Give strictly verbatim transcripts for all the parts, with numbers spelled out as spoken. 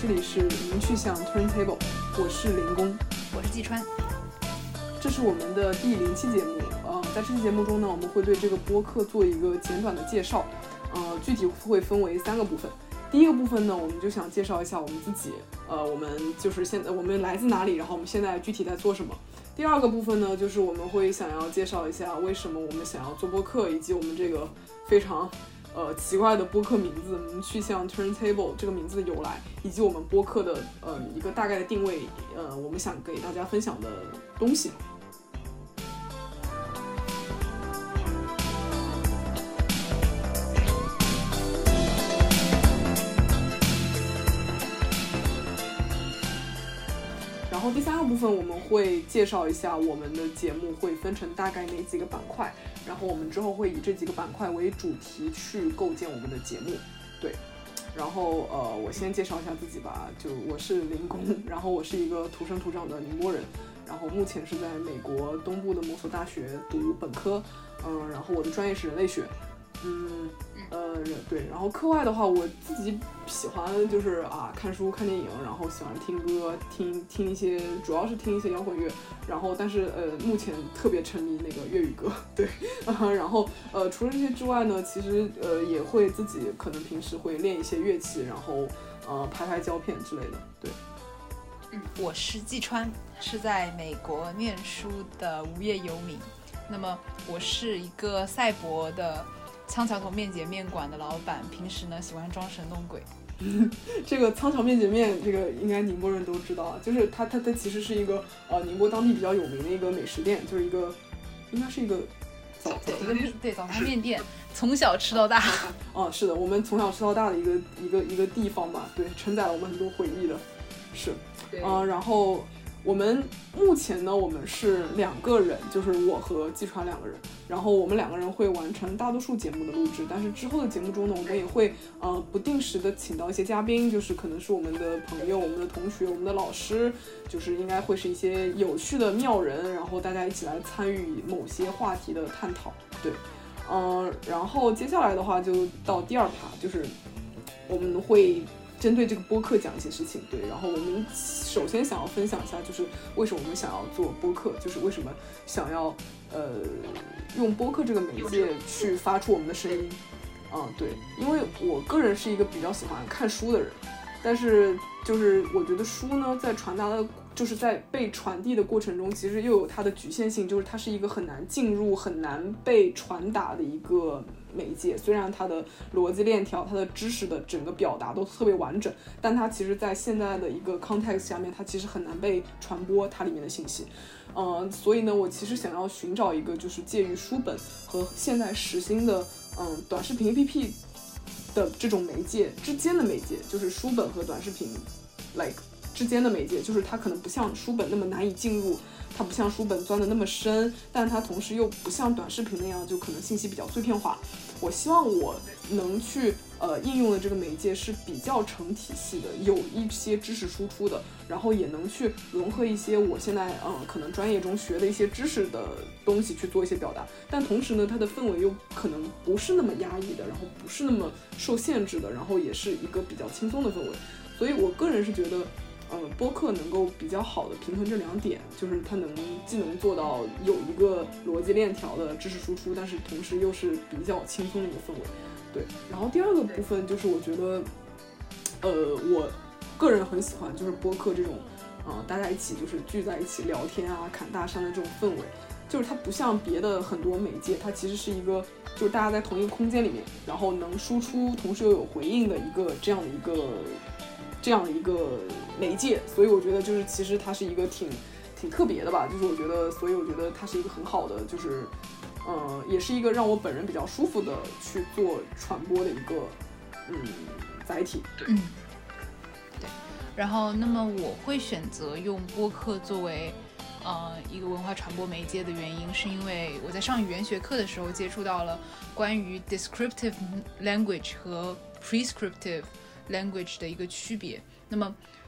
这里是零去向 Turntable， 我是林工， 我是季川。 这是我们的第零期节目，呃，在这期节目中呢，我们会对这个播客做一个简短的介绍，呃，具体会分为三个部分。第一个部分呢，我们就想介绍一下我们自己，呃，我们就是现在我们来自哪里，然后我们现在具体在做什么。第二个部分呢，就是我们会想要介绍一下为什么我们想要做播客，以及我们这个非常呃奇怪的播客名字“零去向 Turntable” 这个名字的由来，以及我们播客的呃一个大概的定位，呃，我们想给大家分享的东西。然后第三个部分我们会介绍一下我们的节目会分成大概哪几个板块，然后我们之后会以这几个板块为主题去构建我们的节目。对，然后呃，我先介绍一下自己吧，就我是林工，然后我是一个土生土长的宁波人，然后目前是在美国东部的某所大学读本科，嗯，然后我的专业是人类学。嗯，呃，对，然后课外的话，我自己喜欢就是啊，看书、看电影，然后喜欢听歌，听听一些，主要是听一些摇滚乐，然后但是呃，目前特别沉迷那个粤语歌，对，呃、然后呃，除了这些之外呢，其实呃也会自己可能平时会练一些乐器，然后呃拍拍胶片之类的，对。 嗯，我是季川，是在美国念书的无业游民。那么我是一个赛博的仓桥头面结面馆的老板，平时呢喜欢装神弄鬼。 这个仓桥面结面，这个应该宁波人都知道啊，就是它它它其实是一个呃宁波当地比较有名的一个美食店，就是一个应该是一个早对一个面对早餐面店，从小吃到大。 哦，是的，我们从小吃到大的一个一个一个地方吧，对，承载了我们很多回忆的，是，嗯、呃，然后。我们目前呢，我们是两个人，就是我和季川两个人，然后我们两个人会完成大多数节目的录制，但是之后的节目中呢，我们也会呃不定时的请到一些嘉宾，就是可能是我们的朋友、我们的同学、我们的老师，就是应该会是一些有趣的妙人，然后大家一起来参与某些话题的探讨，对，嗯、呃，然后接下来的话就到第二趴，就是我们会针对这个播客讲一些事情，对，然后我们首先想要分享一下，就是为什么我们想要做播客，就是为什么想要呃用播客这个媒介去发出我们的声音，嗯，对，因为我个人是一个比较喜欢看书的人，但是就是我觉得书呢，在传达的，就是在被传递的过程中，其实又有它的局限性，就是它是一个很难进入、很难被传达的一个媒介，虽然它的逻辑链条、它的知识的整个表达都特别完整，但它其实在现在的一个 context 下面，它其实很难被传播它里面的信息。嗯，所以呢，我其实想要寻找一个就是介于书本和现在时兴的嗯短视频 A P P 的这种媒介之间的媒介，就是书本和短视频 like 之间的媒介，就是它可能不像书本那么难以进入，它不像书本钻的那么深，但它同时又不像短视频那样就可能信息比较碎片化。我希望我能去呃应用的这个媒介是比较成体系的，有一些知识输出的，然后也能去融合一些我现在嗯、呃、可能专业中学的一些知识的东西去做一些表达，但同时呢它的氛围又可能不是那么压抑的，然后不是那么受限制的，然后也是一个比较轻松的氛围。所以我个人是觉得呃，播客能够比较好的平衡这两点，就是它能既能做到有一个逻辑链条的知识输出，但是同时又是比较轻松的一个氛围。对，然后第二个部分就是我觉得，呃，我个人很喜欢就是播客这种，呃，大家一起就是聚在一起聊天啊、侃大山的这种氛围，就是它不像别的很多媒介，它其实是一个就是大家在同一个空间里面，然后能输出，同时又有回应的一个这样的一个。这样一个媒介，所以我觉得就是其实它是一个挺挺特别的吧，就是我觉得，所以我觉得它是一个很好的，就是呃，也是一个让我本人比较舒服的去做传播的一个嗯载体。 嗯，对。然后，那么我会选择用播客作为呃一个文化传播媒介的原因，是因为我在上语言学课的时候接触到了关于 descriptive language 和 prescriptive language 的一个区别。那么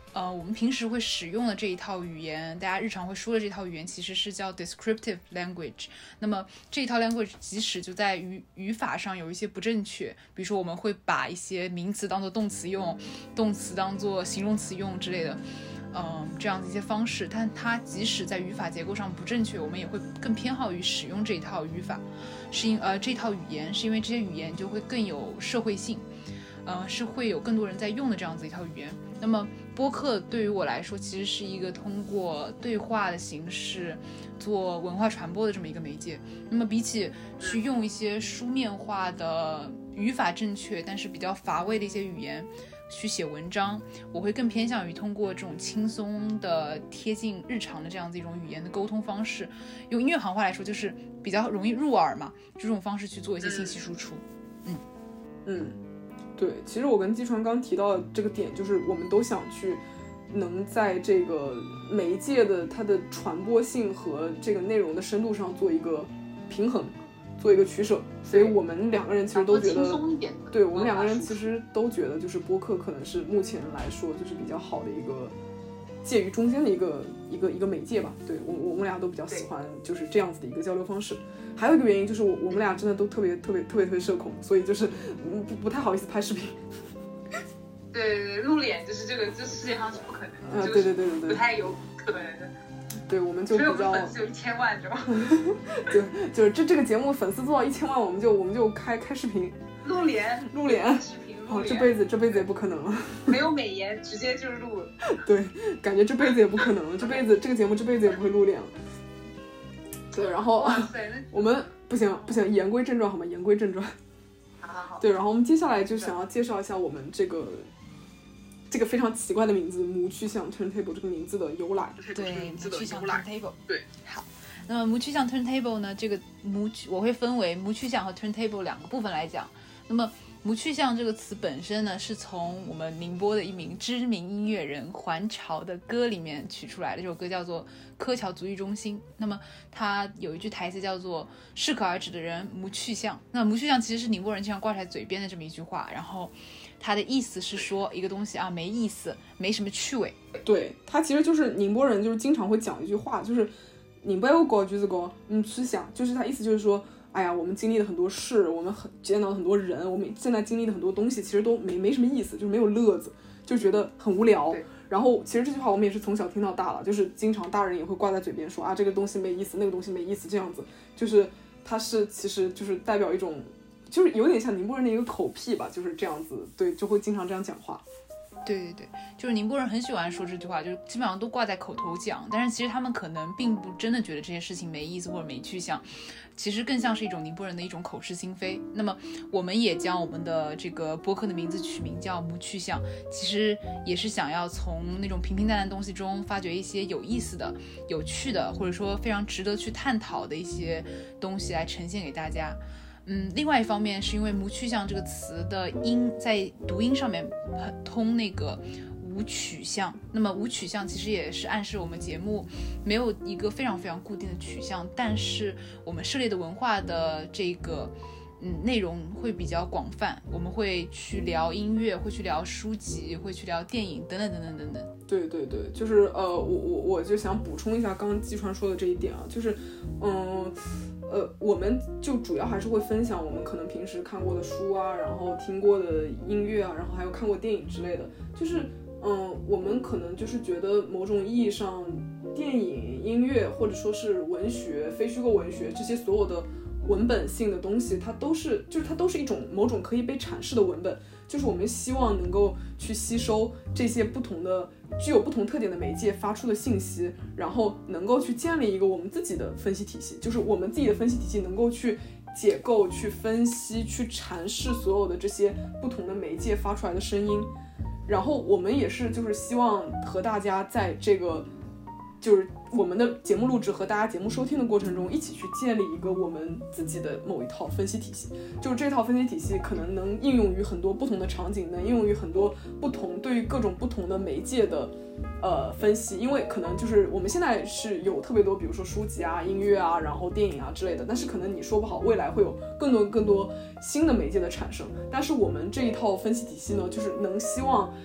呃，我们平时会使用的这一套语言，大家日常会说的这套语言，其实是叫 descriptive language。那么这一套 language 即使就在语语法上有一些不正确，比如说我们会把一些名词当做动词用，动词当做形容词用之类的，嗯，这样的一些方式，但它即使在语法结构上不正确，我们也会更偏好于使用这一套语法，是因呃这套语言，是因为这些语言就会更有社会性，呃，是会有更多人在用的这样子一套语言。那么播客对于我来说，其实是一个通过对话的形式做文化传播的这么一个媒介。那么比起去用一些书面化的语法正确但是比较乏味的一些语言去写文章，我会更偏向于通过这种轻松的贴近日常的这样子一种语言的沟通方式，用音乐行话来说就是比较容易入耳嘛，这种方式去做一些信息输出。嗯嗯，对，其实我跟季川刚提到的这个点，就是我们都想去能在这个媒介的它的传播性和这个内容的深度上做一个平衡，做一个取舍，所以我们两个人其实都觉得，对，我们两个人其实都觉得，就是播客可能是目前来说就是比较好的一个介于中间的一个一个一个媒介吧。对，我我们俩都比较喜欢就是这样子的一个交流方式。还有一个原因就是我我们俩真的都特别特别特别特别社恐，所以就是不不太好意思拍视频。 对对对，露脸就是这个，这世界上是不可能的。 啊，对对对对对， 不太有可能的。 对，我们就比较， 所以我们粉丝有一千万，你知道吗？ 就就是这这个节目粉丝做到一千万，我们就我们就开开视频， 露脸， 露脸， 视频露脸。 哦，这辈子这辈子也不可能了。 没有美颜，直接就是录。 对，感觉这辈子也不可能了，这辈子这个节目这辈子也不会露脸了。对，然后我们不行不行，言归正传好吗？言归正传。 好好好。 对，然后我们接下来就想要介绍一下我们这个。这个非常奇怪的名字无趣向 turntable 这个名字的由来。 对，无趣向 turntable。 对， 好，那么无趣向 turntable 呢，这个无趣我会分为无趣向和 turntable 两个部分来讲。那么无趣向这个词本身呢，是从我们宁波的一名知名音乐人还朝的歌里面取出来的，这首歌叫做《柯桥足浴中心》。那么它有一句台词叫做适可而止的人无趣向。那无趣向其实是宁波人经常挂在嘴边的这么一句话，然后它的意思是说一个东西啊没意思，没什么趣味。 对，它其实就是宁波人就是经常会讲一句话，就是宁波有个就是个无趣向，就是它意思就是说，哎呀，我们经历了很多事，我们很见到了很多人，我们现在经历的很多东西其实都没没什么意思，就是没有乐子，就觉得很无聊。然后其实这句话我们也是从小听到大了，就是经常大人也会挂在嘴边说啊，这个东西没意思，那个东西没意思，这样子，就是它是其实就是代表一种，就是有点像宁波人的一个口癖吧，就是这样子，对，就会经常这样讲话。 对对对，就是宁波人很喜欢说这句话，就是基本上都挂在口头讲，但是其实他们可能并不真的觉得这些事情没意思或者没趣向，其实更像是一种宁波人的一种口是心非。那么我们也将我们的这个播客的名字取名叫无趣向，其实也是想要从那种平平淡淡的东西中发掘一些有意思的、有趣的，或者说非常值得去探讨的一些东西来呈现给大家。嗯，另外一方面是因为无趣向这个词的音在读音上面很通那个无取向，那么无取向其实也是暗示我们节目没有一个非常非常固定的取向，但是我们涉猎的文化的这个嗯内容会比较广泛，我们会去聊音乐，会去聊书籍，会去聊电影等等等等等等。 对对对，就是呃，我我我就想补充一下刚刚季川说的这一点啊，就是嗯。呃，我们就主要还是会分享我们可能平时看过的书啊，然后听过的音乐啊，然后还有看过电影之类的。就是，嗯，我们可能就是觉得某种意义上，电影、音乐或者说是文学、非虚构文学这些所有的文本性的东西，它都是，就是它都是一种某种可以被阐释的文本。就是我们希望能够去吸收这些不同的、具有不同特点的媒介发出的信息，然后能够去建立一个我们自己的分析体系，就是我们自己的分析体系能够去解构、去分析、去阐释所有的这些不同的媒介发出来的声音。然后我们也是就是希望和大家在这个就是我们的节目录制和大家节目收听的过程中，一起去建立一个我们自己的某一套分析体系。就是这套分析体系可能能应用于很多不同的场景，能应用于很多不同对于各种不同的媒介的呃分析。因为可能就是我们现在是有特别多，比如说书籍啊、音乐啊，然后电影啊之类的，但是可能你说不好未来会有更多更多新的媒介的产生。但是我们这一套分析体系呢，就是能希望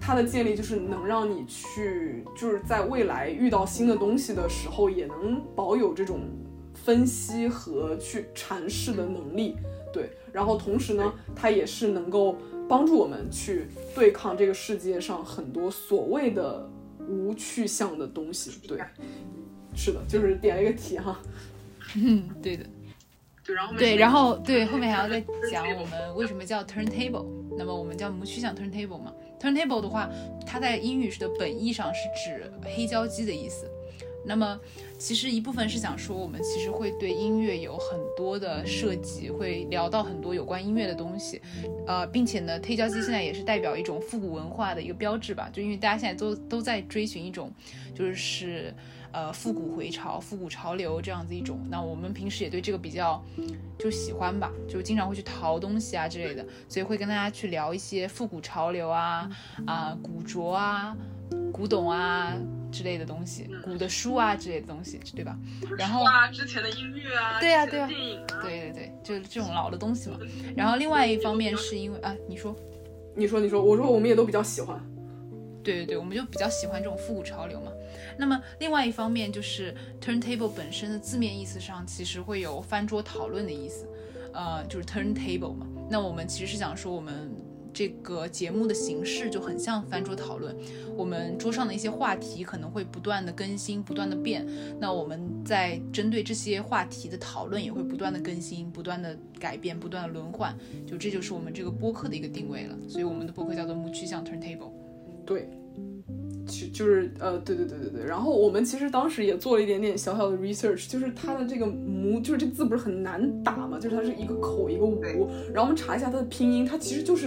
它的建立就是能让你去就是在未来遇到新的东西的时候也能保有这种分析和去阐释的能力，对，然后同时呢它也是能够帮助我们去对抗这个世界上很多所谓的无去向的东西，对，是的，就是点了一个题哈。 嗯，对的。对，然后对后面还要再讲我们为什么叫 turntable。那么我们叫无去向 turntable 嘛 ，turntable 的话，它在英语的本意上是指黑胶机的意思。那么其实一部分是想说，我们其实会对音乐有很多的设计，会聊到很多有关音乐的东西，呃，并且呢，黑胶机现在也是代表一种复古文化的一个标志吧，就因为大家现在都都在追寻一种就是呃复古回潮、复古潮流这样子一种。那我们平时也对这个比较就喜欢吧，就经常会去淘东西啊之类的，所以会跟大家去聊一些复古潮流啊啊、呃、古着啊、古董啊之类的东西，古的书啊之类的东西，对吧？然后啊，之前的音乐啊， 对啊对啊， 电影啊， 对对对，就是这种老的东西嘛。然后另外一方面是因为啊，你说， 你说你说，我说我们也都比较喜欢。 对对对，我们就比较喜欢这种复古潮流嘛。那么另外一方面就是 turntable 本身的字面意思上其实会有翻桌讨论的意思，呃，就是 turntable 嘛。那我们其实是想说我们这个节目的形式就很像翻桌讨论，我们桌上的一些话题可能会不断的更新，不断的变，那我们在针对这些话题的讨论也会不断的更新，不断的改变，不断的轮换，就这就是我们这个播客的一个定位了。所以我们的播客叫做无去向 turntable。 对，就是呃，对对对对对。然后我们其实当时也做了一点点小小的 research， 就是它的这个母，就是这个字不是很难打嘛，就是它是一个口一个无，然后我们查一下它的拼音，它其实就是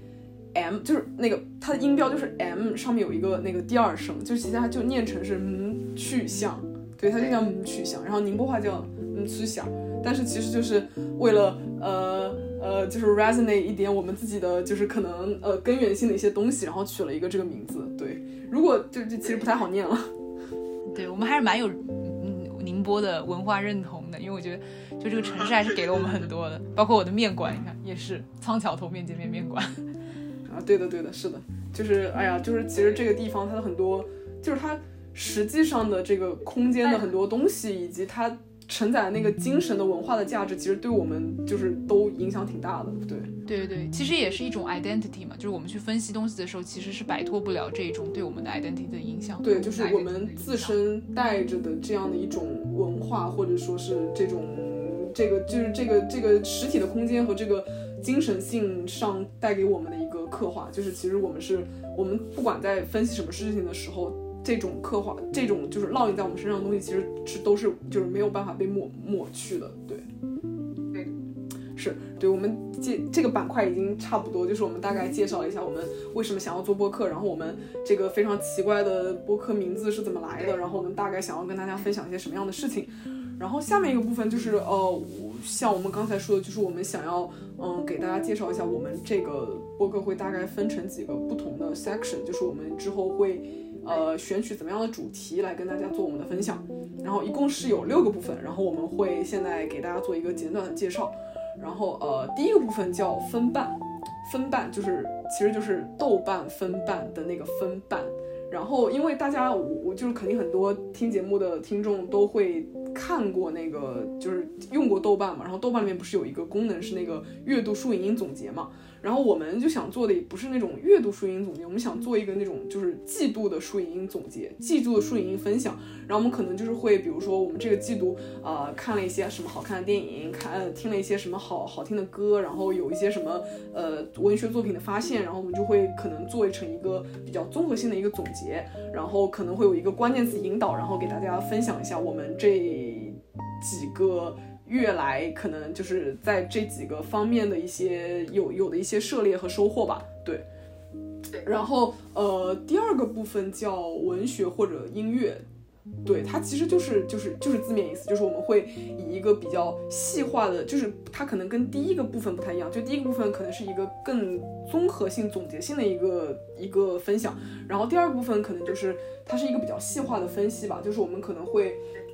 M， 就是那个它的音标就是 M 上面有一个那个第二声，就是其实它就念成是母去向，对，它就叫母去向，然后宁波话叫母去向，但是其实就是为了呃。呃，就是 resonate 一点我们自己的，就是可能呃根源性的一些东西，然后取了一个这个名字。对，如果就就其实不太好念了。 对，我们还是蛮有嗯宁波的文化认同的，因为我觉得就这个城市还是给了我们很多的，包括我的面馆，你看也是苍桥头面见面面馆。 啊，对的对的，是的，就是哎呀，就是其实这个地方它的很多，就是它实际上的这个空间的很多东西，以及它承载那个精神的文化的价值，其实对我们就是都影响挺大的。对对对，其实也是一种 identity 嘛，就是我们去分析东西的时候，其实是摆脱不了这种对我们的 identity 的影响。 对，就是我们自身带着的这样的一种文化，或者说是这种这个就是这个这个实体的空间和这个精神性上带给我们的一个刻画，就是其实我们是我们不管在分析什么事情的时候，这种刻画，这种就是烙印在我们身上的东西，其实是都是就是没有办法被抹抹去的。对， 对， 是对。我们这这个板块已经差不多，就是我们大概介绍了一下我们为什么想要做播客，然后我们这个非常奇怪的播客名字是怎么来的，然后我们大概想要跟大家分享一些什么样的事情。然后下面一个部分就是呃，像我们刚才说的，就是我们想要嗯给大家介绍一下我们这个播客会大概分成几个不同的 section， 就是我们之后会。呃，选取怎么样的主题来跟大家做我们的分享，然后一共是有六个部分，然后我们会现在给大家做一个简短的介绍。然后呃，第一个部分叫分瓣，分瓣就是其实就是豆瓣分瓣的那个分瓣。然后因为大家我我就是肯定很多听节目的听众都会看过那个就是用过豆瓣嘛，然后豆瓣里面不是有一个功能是那个阅读书影音总结嘛。然后我们就想做的也不是那种阅读书影音总结，我们想做一个那种就是季度的书影音总结，季度的书影音分享。然后我们可能就是会，比如说我们这个季度呃看了一些什么好看的电影，看、呃、听了一些什么好好听的歌，然后有一些什么呃文学作品的发现，然后我们就会可能做成一个比较综合性的一个总结，然后可能会有一个关键词引导，然后给大家分享一下我们这几个月来可能就是在这几个方面的一些有有的一些涉猎和收获吧。对，然后呃第二个部分叫文学或者音乐，对，它其实就是就是就是字面意思，就是我们会以一个比较细化的，就是它可能跟第一个部分不太一样，就第一个部分可能是一个更综合性总结性的一个一个分享，然后第二个部分可能就是它是一个比较细化的分析吧，就是我们可能会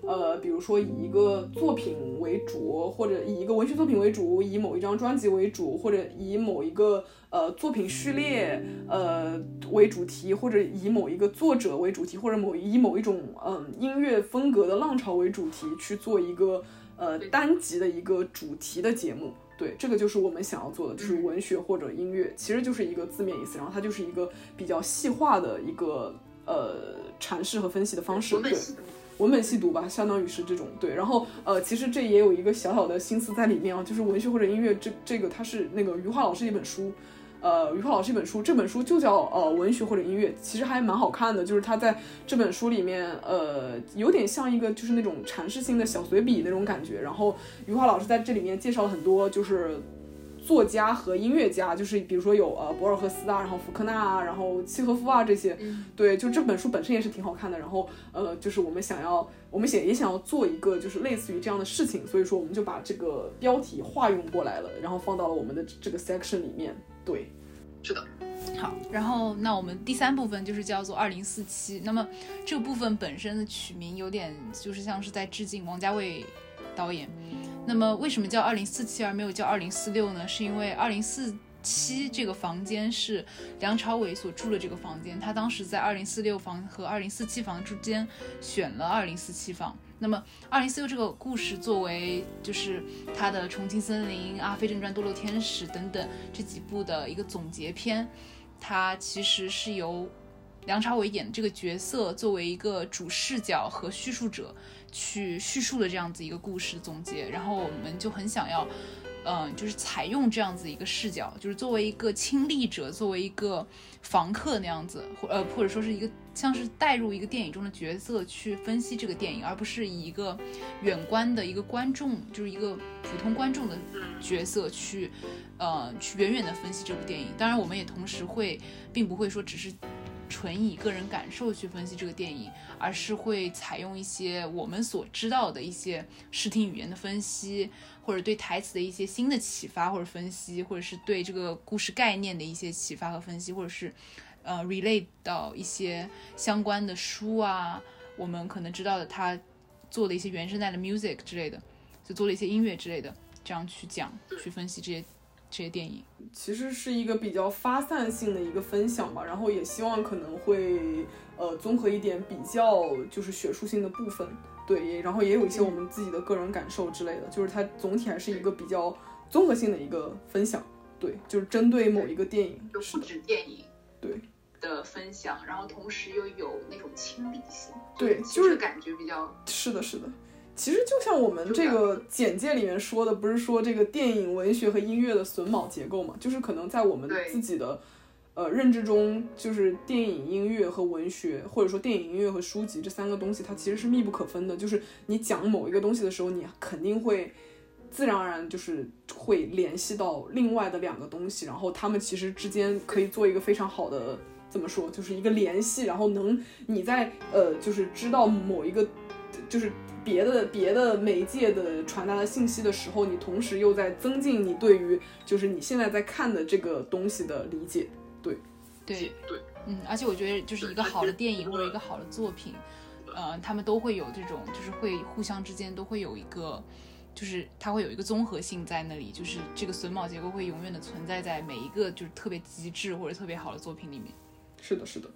呃，比如说以一个作品为主，或者以一个文学作品为主，以某一张专辑为主，或者以某一个呃作品序列呃为主题，或者以某一个作者为主题，或者某以某一种嗯、呃、音乐风格的浪潮为主题去做一个呃单集的一个主题的节目。对，这个就是我们想要做的，就是文学或者音乐，其实就是一个字面意思，然后它就是一个比较细化的一个呃阐释和分析的方式。对，文本细读吧，相当于是这种。对，然后呃，其实这也有一个小小的心思在里面啊，就是文学或者音乐这这个它是那个余华老师一本书。呃，余华老师一本书，这本书就叫呃文学或者音乐，其实还蛮好看的。就是他在这本书里面，呃，有点像一个就是那种阐释性的小随笔那种感觉。然后余华老师在这里面介绍了很多就是作家和音乐家，就是比如说有呃博尔赫斯啊，然后福克纳啊，然后契诃夫啊这些。对，就这本书本身也是挺好看的。然后呃，就是我们想要，我们也也想要做一个就是类似于这样的事情，所以说我们就把这个标题化用过来了，然后放到了我们的这个 section 里面。对， 是的。 好，然后那我们第三部分就是叫做二零四七。那么这个部分本身的取名有点就是像是在致敬王家卫导演。那么为什么叫二零四七而没有叫二零四六呢？是因为二零四七这个房间是梁朝伟所住的这个房间，他当时在二零四六房和二零四七房之间选了二零四七房。那么二零四六这个故事作为就是他的重庆森林、阿飞正传、堕落天使等等这几部的一个总结篇，它其实是由梁朝伟演的这个角色作为一个主视角和叙述者去叙述的这样子一个故事总结。然后我们就很想要嗯，就是采用这样子一个视角，就是作为一个亲历者，作为一个房客那样子，或呃或者说是一个像是带入一个电影中的角色去分析这个电影，而不是以一个远观的一个观众，就是一个普通观众的角色去呃去远远的分析这部电影。当然我们也同时会并不会说只是纯以个人感受去分析这个电影，而是会采用一些我们所知道的一些视听语言的分析，或者对台词的一些新的启发或者分析，或者是对这个故事概念的一些启发和分析，或者是呃 relate 到一些相关的书啊，我们可能知道的他做的一些原声带的 music 之类的，就做了一些音乐之类的，这样去讲去分析这些这些电影。 其实是一个比较发散性的一个分享吧，然后也希望可能会呃综合一点比较就是学术性的部分，对，然后也有一些我们自己的个人感受之类的，就是它总体还是一个比较综合性的一个分享，对，就是针对某一个电影， 就不止电影对的分享，然后同时又有那种亲历性， 对，就是感觉比较是的是的。其实就像我们这个简介里面说的，不是说这个电影、文学和音乐的榫卯结构嘛，就是可能在我们自己的呃认知中，就是电影、音乐和文学，或者说电影、音乐和书籍这三个东西，它其实是密不可分的。就是你讲某一个东西的时候，你肯定会自然而然就是会联系到另外的两个东西，然后他们其实之间可以做一个非常好的怎么说，就是一个联系，然后能你在呃就是知道某一个就是别的别的媒介的传达的信息的时候，你同时又在增进你对于就是你现在在看的这个东西的理解。对对对，嗯，而且我觉得就是一个好的电影或者一个好的作品，呃，他们都会有这种，就是会互相之间都会有一个，就是它会有一个综合性在那里，就是这个榫卯结构会永远的存在在每一个就是特别极致或者特别好的作品里面。 是的，是的。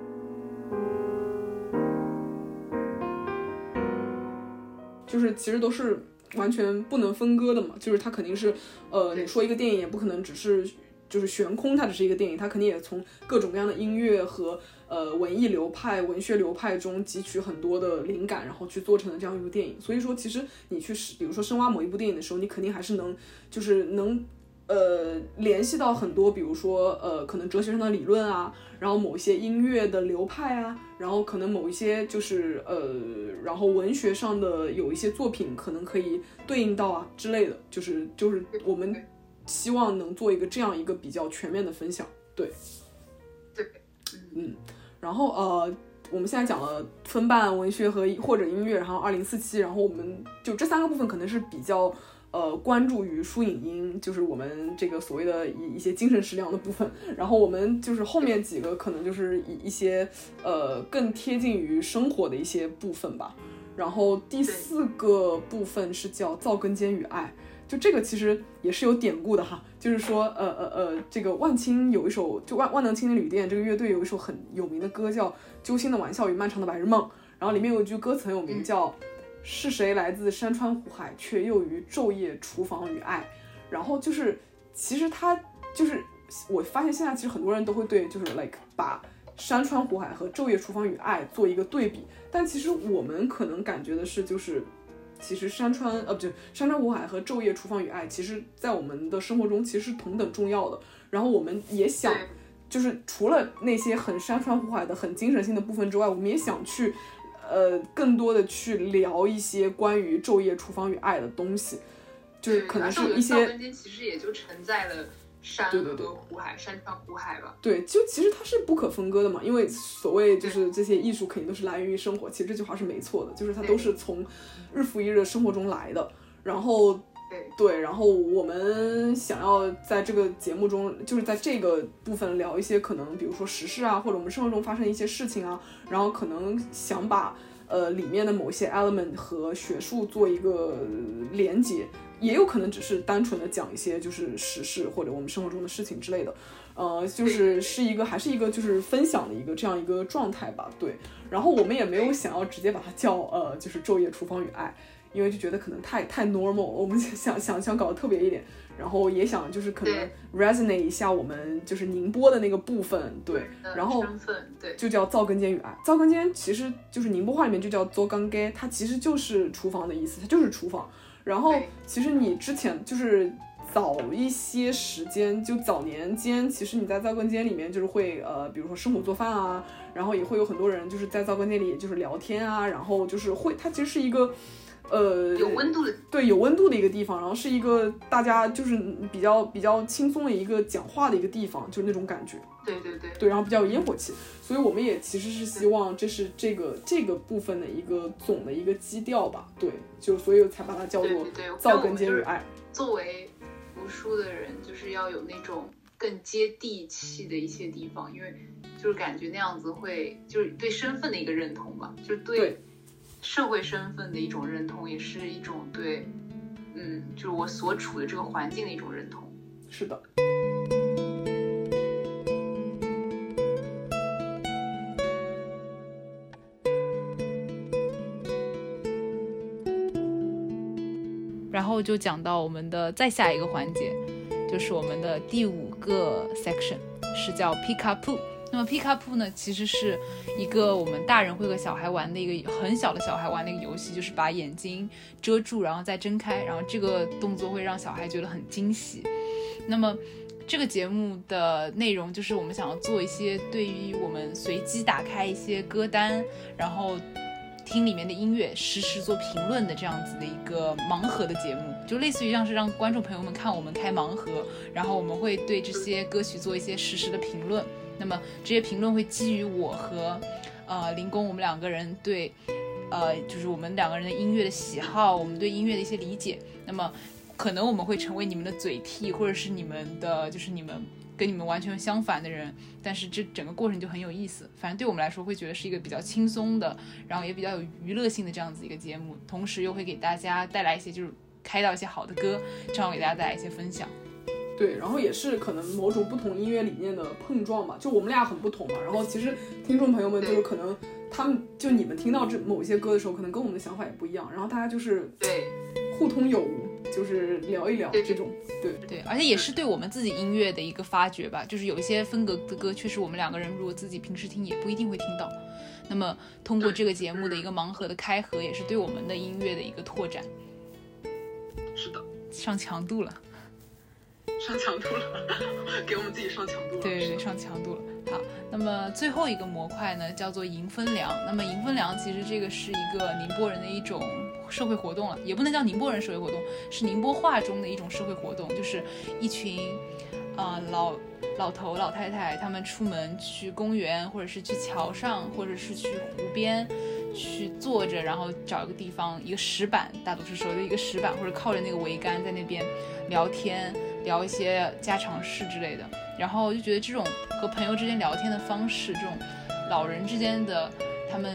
就是其实都是完全不能分割的嘛，就是它肯定是呃你说一个电影也不可能只是就是悬空它只是一个电影，它肯定也从各种各样的音乐和呃文艺流派、文学流派中汲取很多的灵感，然后去做成了这样一部电影。所以说其实你去比如说深挖某一部电影的时候，你肯定还是能就是能呃联系到很多比如说呃可能哲学上的理论啊，然后某一些音乐的流派啊，然后可能某一些就是呃然后文学上的有一些作品可能可以对应到啊之类的，就是就是我们希望能做一个这样一个比较全面的分享。对对嗯，然后呃我们现在讲了分办文学和或者音乐，然后二零四七，然后我们就这三个部分可能是比较呃，关注于书影音，就是我们这个所谓的一一些精神食粮的部分，然后我们就是后面几个可能就是一一些呃更贴近于生活的一些部分吧。 然后第四个部分是叫造根间与爱，就这个其实也是有典故的哈，就是说呃呃呃，这个万青有一首就万万能青年旅店这个乐队有一首很有名的歌叫《揪心的玩笑与漫长的白日梦》，然后里面有一句歌词很有名叫、嗯、是谁来自山川湖海，却又于昼夜厨房与爱。然后就是其实他就是我发现现在其实很多人都会对就是 like 把山川湖海和昼夜厨房与爱做一个对比，但其实我们可能感觉的是就是其实山川呃不对山川湖海和昼夜厨房与爱其实在我们的生活中其实是同等重要的，然后我们也想就是除了那些很山川湖海的很精神性的部分之外，我们也想去呃更多的去聊一些关于昼夜厨房与爱的东西，就是可能是一些造根间其实也就承载了山和湖海，对对对，山川湖海吧。 对，就其实它是不可分割的嘛，因为所谓就是这些艺术肯定都是来源于生活，其实这句话是没错的，就是它都是从日复一日的生活中来的。然后对对，然后我们想要在这个节目中，就是在这个部分聊一些可能，比如说时事啊，或者我们生活中发生一些事情啊，然后可能想把呃里面的某些 element 和学术做一个连接。也有可能只是单纯的讲一些就是时事或者我们生活中的事情之类的，呃，就是是一个还是一个就是分享的一个这样一个状态吧，对。然后我们也没有想要直接把它叫呃就是昼夜厨房与爱，因为就觉得可能太太 normal 了，我们想想想搞得特别一点，然后也想就是可能 resonate 一下我们就是宁波的那个部分，对。然后就叫造根间与爱，造根间其实就是宁波话里面就叫做干街，它其实就是厨房的意思，它就是厨房。然后其实你之前就是早一些时间，就早年间，其实你在造根间里面就是会呃，比如说生火做饭啊，然后也会有很多人就是在造根间里就是聊天啊，然后就是会，它其实是一个呃有温度的， 对，有温度的一个地方，然后是一个大家就是比较比较轻松的一个讲话的一个地方，就是那种感觉。 对对对对，然后比较有烟火气，所以我们也其实是希望这是这个这个部分的一个总的一个基调吧，对，就所以才把它叫做造根间与爱。 作为读书的人，就是要有那种更接地气的一些地方，因为就是感觉那样子会就是对身份的一个认同吧，就是对社会身份的一种认同，也是一种对嗯就是我所处的这个环境的一种认同。 是的。 然后就讲到我们的再下一个环节，就是我们的第五个 section 是叫 Peek-a-Poo。那么 Peek-a-Poo 呢，其实是一个我们大人会和小孩玩的一个很小的小孩玩的一个游戏，就是把眼睛遮住然后再睁开，然后这个动作会让小孩觉得很惊喜。那么这个节目的内容就是我们想要做一些对于我们随机打开一些歌单，然后听里面的音乐实时做评论的这样子的一个盲盒的节目，就类似于像是让观众朋友们看我们开盲盒，然后我们会对这些歌曲做一些实时的评论。那么这些评论会基于我和呃林工我们两个人对呃就是我们两个人的音乐的喜好，我们对音乐的一些理解，那么可能我们会成为你们的嘴替，或者是你们的就是你们跟你们完全相反的人，但是这整个过程就很有意思。反正对我们来说会觉得是一个比较轻松的，然后也比较有娱乐性的这样子一个节目，同时又会给大家带来一些就是开到一些好的歌，正好给大家带来一些分享。 对，然后也是可能某种不同音乐理念的碰撞吧，就我们俩很不同嘛，然后其实听众朋友们就是可能他们就你们听到这某些歌的时候，可能跟我们的想法也不一样，然后大家就是对互通有无，就是聊一聊这种，对对，而且也是对我们自己音乐的一个发掘吧，就是有一些风格的歌，确实我们两个人如果自己平时听也不一定会听到，那么通过这个节目的一个盲盒的开盒，也是对我们的音乐的一个拓展。 是的， 上强度了。 上强度了，给我们自己上强度了。 对对对，上强度了。好，那么最后一个模块呢，叫做迎风凉。那么迎风凉其实这个是一个宁波人的一种社会活动了，也不能叫宁波人社会活动，是宁波话中的一种社会活动，就是一群呃老老头老太太，他们出门去公园，或者是去桥上，或者是去湖边。去坐着，然后找一个地方，一个石板，大多数时候的一个石板，或者靠着那个桅杆，在那边聊天，聊一些家常事之类的。然后就觉得这种和朋友之间聊天的方式，这种老人之间的他们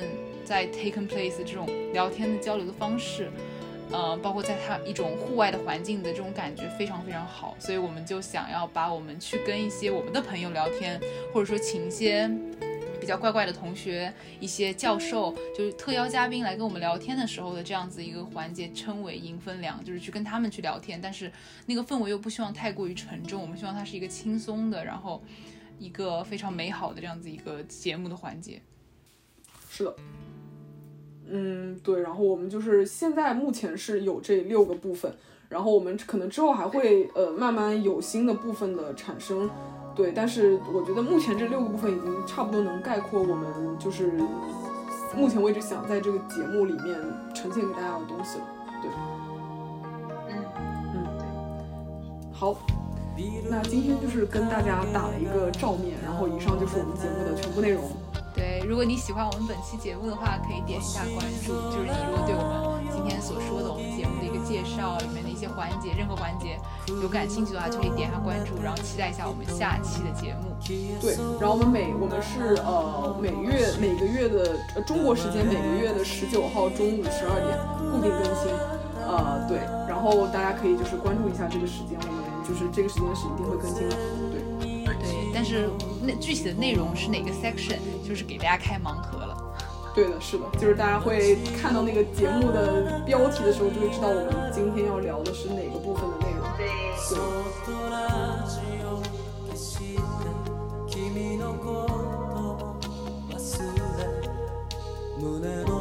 在 taken place 这种聊天的交流的方式，呃，包括在它一种户外的环境的这种感觉非常非常好，所以我们就想要把我们去跟一些我们的朋友聊天，或者说请一些比较怪怪的同学、一些教授，就是特邀嘉宾来跟我们聊天的时候的这样子一个环节，称为迎风凉，就是去跟他们去聊天，但是那个氛围又不希望太过于沉重，我们希望它是一个轻松的，然后一个非常美好的这样子一个节目的环节。 是的。嗯，对，然后我们就是现在目前是有这六个部分，然后我们可能之后还会呃慢慢有新的部分的产生，对，但是我觉得目前这六个部分已经差不多能概括我们就是目前为止想在这个节目里面呈现给大家的东西了，对， 嗯嗯，对，好，那今天就是跟大家打了一个照面，然后以上就是我们节目的全部内容。 对，如果你喜欢我们本期节目的话，可以点一下关注。就是你如果对我们今天所说的我们节目的一个介绍里面的一些环节，任何环节有感兴趣的话，就可以点一下关注，然后期待一下我们下期的节目。 对，然后我们每我们是呃每月每个月的呃中国时间每个月的十九号中午十二点固定更新，呃对，然后大家可以就是关注一下这个时间，我们就是这个时间是一定会更新的，对。 对，但是那具体的内容是哪个 section， 就是给大家开盲盒了。 对的，是的，就是大家会看到那个节目的标题的时候，就会知道我们今天要聊的是哪个部分的内容。 对。 对。